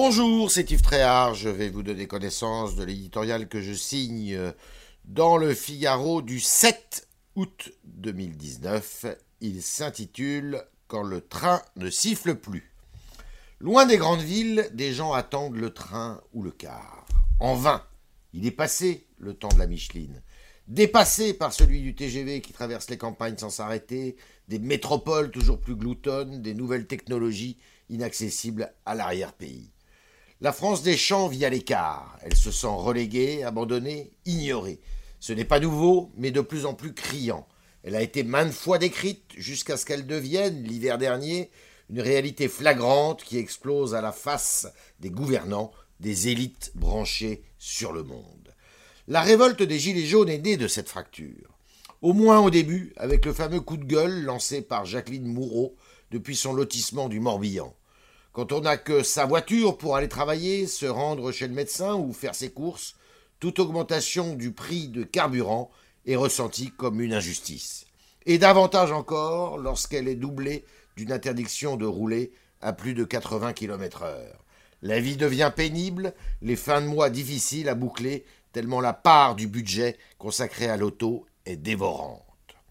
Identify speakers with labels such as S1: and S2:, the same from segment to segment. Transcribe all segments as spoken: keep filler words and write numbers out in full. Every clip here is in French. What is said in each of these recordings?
S1: Bonjour, c'est Yves Tréhard. Je vais vous donner connaissance de l'éditorial que je signe dans le Figaro du sept août deux mille dix-neuf. Il s'intitule « Quand le train ne siffle plus ». Loin des grandes villes, des gens attendent le train ou le car. En vain, il est passé le temps de la Micheline. Dépassé par celui du T G V qui traverse les campagnes sans s'arrêter, des métropoles toujours plus gloutonnes, des nouvelles technologies inaccessibles à l'arrière-pays. La France des champs vit à l'écart. Elle se sent reléguée, abandonnée, ignorée. Ce n'est pas nouveau, mais de plus en plus criant. Elle a été maintes fois décrite jusqu'à ce qu'elle devienne, l'hiver dernier, une réalité flagrante qui explose à la face des gouvernants, des élites branchées sur le monde. La révolte des Gilets jaunes est née de cette fracture. Au moins au début, avec le fameux coup de gueule lancé par Jacqueline Moureau depuis son lotissement du Morbihan. Quand on n'a que sa voiture pour aller travailler, se rendre chez le médecin ou faire ses courses, toute augmentation du prix de carburant est ressentie comme une injustice. Et davantage encore lorsqu'elle est doublée d'une interdiction de rouler à plus de quatre-vingts kilomètres heure. La vie devient pénible, les fins de mois difficiles à boucler, tellement la part du budget consacrée à l'auto est dévorante.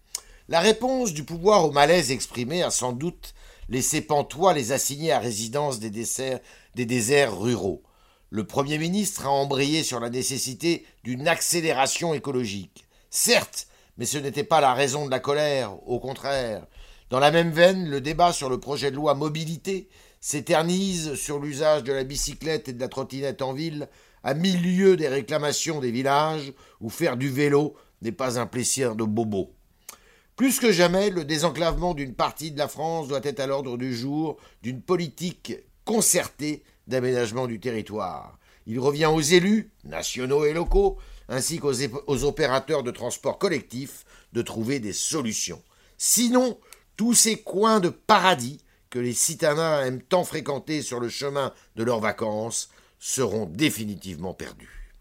S1: La réponse du pouvoir au malaise exprimé a sans doute laissé pantois les assignés à résidence des, desserts, des déserts ruraux. Le Premier ministre a embrayé sur la nécessité d'une accélération écologique. Certes, mais ce n'était pas la raison de la colère, au contraire. Dans la même veine, le débat sur le projet de loi mobilité s'éternise sur l'usage de la bicyclette et de la trottinette en ville, à mille lieues des réclamations des villages, où faire du vélo n'est pas un plaisir de bobo. Plus que jamais, le désenclavement d'une partie de la France doit être à l'ordre du jour d'une politique concertée d'aménagement du territoire. Il revient aux élus, nationaux et locaux, ainsi qu'aux aux opérateurs de transport collectif, de trouver des solutions. Sinon, tous ces coins de paradis que les citadins aiment tant fréquenter sur le chemin de leurs vacances seront définitivement perdus.